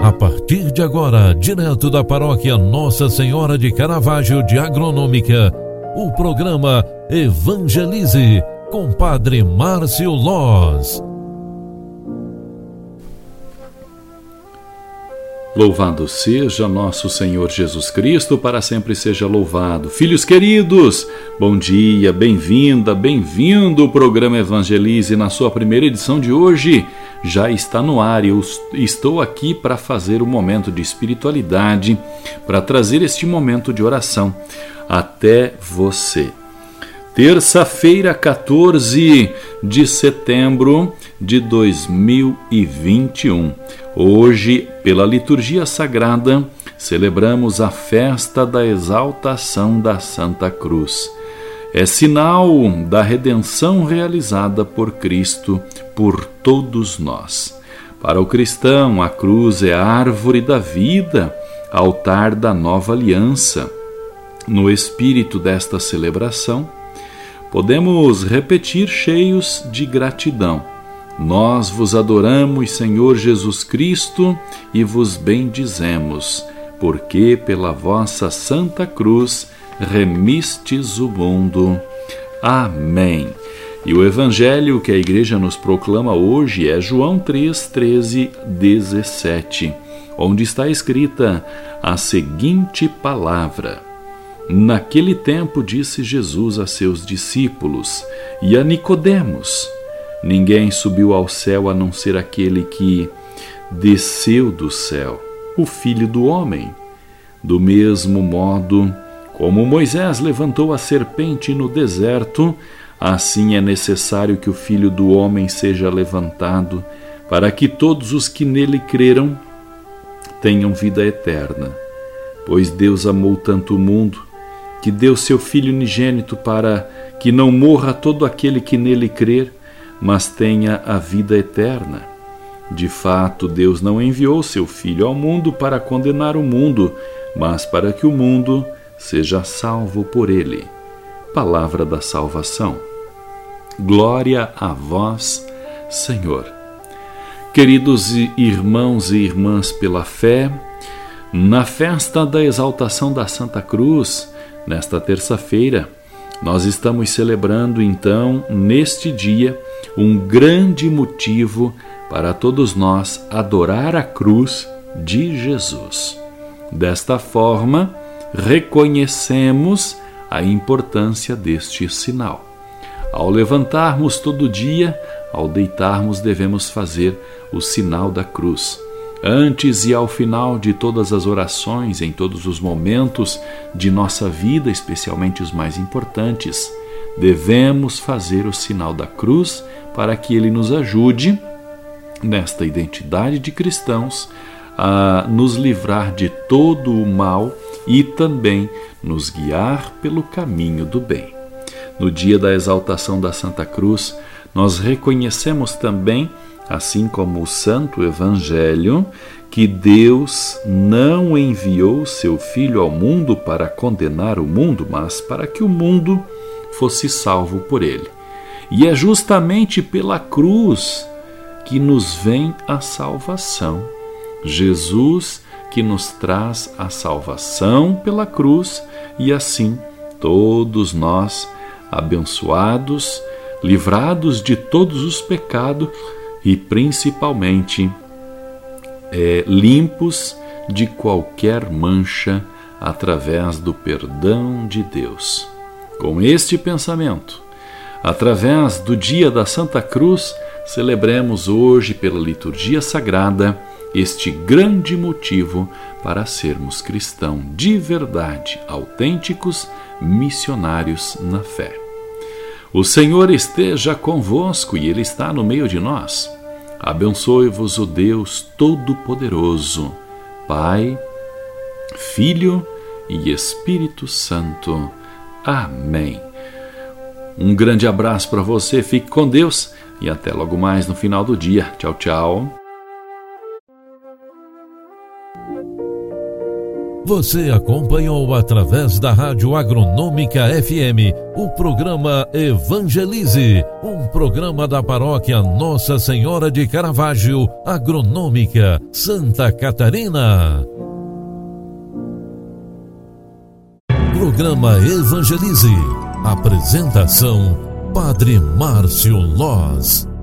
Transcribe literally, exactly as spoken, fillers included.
A partir de agora, direto da paróquia Nossa Senhora de Caravaggio de Agronômica, o programa Evangelize com Padre Márcio Loz. Louvado seja nosso Senhor Jesus Cristo, para sempre seja louvado. Filhos queridos, bom dia, bem-vinda, bem-vindo. O programa Evangelize, na sua primeira edição de hoje, já está no ar. Eu estou aqui para fazer um momento de espiritualidade, para trazer este momento de oração até você. Terça-feira, quatorze de setembro de dois mil e vinte e um. Hoje, pela liturgia sagrada, celebramos a festa da exaltação da Santa Cruz. É sinal da redenção realizada por Cristo por todos nós. Para o cristão, a cruz é a árvore da vida, altar da nova aliança. No espírito desta celebração, podemos repetir cheios de gratidão. Nós vos adoramos, Senhor Jesus Cristo, e vos bendizemos, porque pela vossa Santa Cruz remistes o mundo. Amém. E o Evangelho que a Igreja nos proclama hoje é João três, treze, dezessete, onde está escrita a seguinte palavra: Naquele tempo disse Jesus a seus discípulos e a Nicodemos: Ninguém subiu ao céu a não ser aquele que desceu do céu, o Filho do Homem. Do mesmo modo como Moisés levantou a serpente no deserto, assim é necessário que o Filho do Homem seja levantado, para que todos os que nele creram tenham vida eterna. Pois Deus amou tanto o mundo, que deu seu Filho unigênito para que não morra todo aquele que nele crer, mas tenha a vida eterna. De fato, Deus não enviou seu Filho ao mundo para condenar o mundo, mas para que o mundo seja salvo por ele. Palavra da salvação. Glória a vós, Senhor. Queridos irmãos e irmãs pela fé, na festa da exaltação da Santa Cruz, nesta terça-feira, nós estamos celebrando, então, neste dia, um grande motivo para todos nós adorar a cruz de Jesus. Desta forma, reconhecemos a importância deste sinal. Ao levantarmos todo dia, ao deitarmos, devemos fazer o sinal da cruz. Antes e ao final de todas as orações, em todos os momentos de nossa vida, especialmente os mais importantes, devemos fazer o sinal da cruz para que ele nos ajude, nesta identidade de cristãos, a nos livrar de todo o mal e também nos guiar pelo caminho do bem. No dia da exaltação da Santa Cruz, nós reconhecemos também, assim como o Santo Evangelho, que Deus não enviou seu Filho ao mundo para condenar o mundo, mas para que o mundo fosse salvo por ele. E é justamente pela cruz que nos vem a salvação. Jesus que nos traz a salvação pela cruz, e assim todos nós, abençoados, livrados de todos os pecados e principalmente é, limpos de qualquer mancha através do perdão de Deus. Com este pensamento, através do dia da Santa Cruz, celebremos hoje pela liturgia sagrada este grande motivo para sermos cristãos de verdade, autênticos, missionários na fé. O Senhor esteja convosco e Ele está no meio de nós. Abençoe-vos o Deus Todo-Poderoso, Pai, Filho e Espírito Santo. Amém. Um grande abraço para você, fique com Deus e até logo mais no final do dia. Tchau, tchau. Você acompanhou através da Rádio Agronômica F M o programa Evangelize, um programa da paróquia Nossa Senhora de Caravaggio, Agronômica, Santa Catarina. Programa Evangelize. Apresentação: Padre Márcio Loz.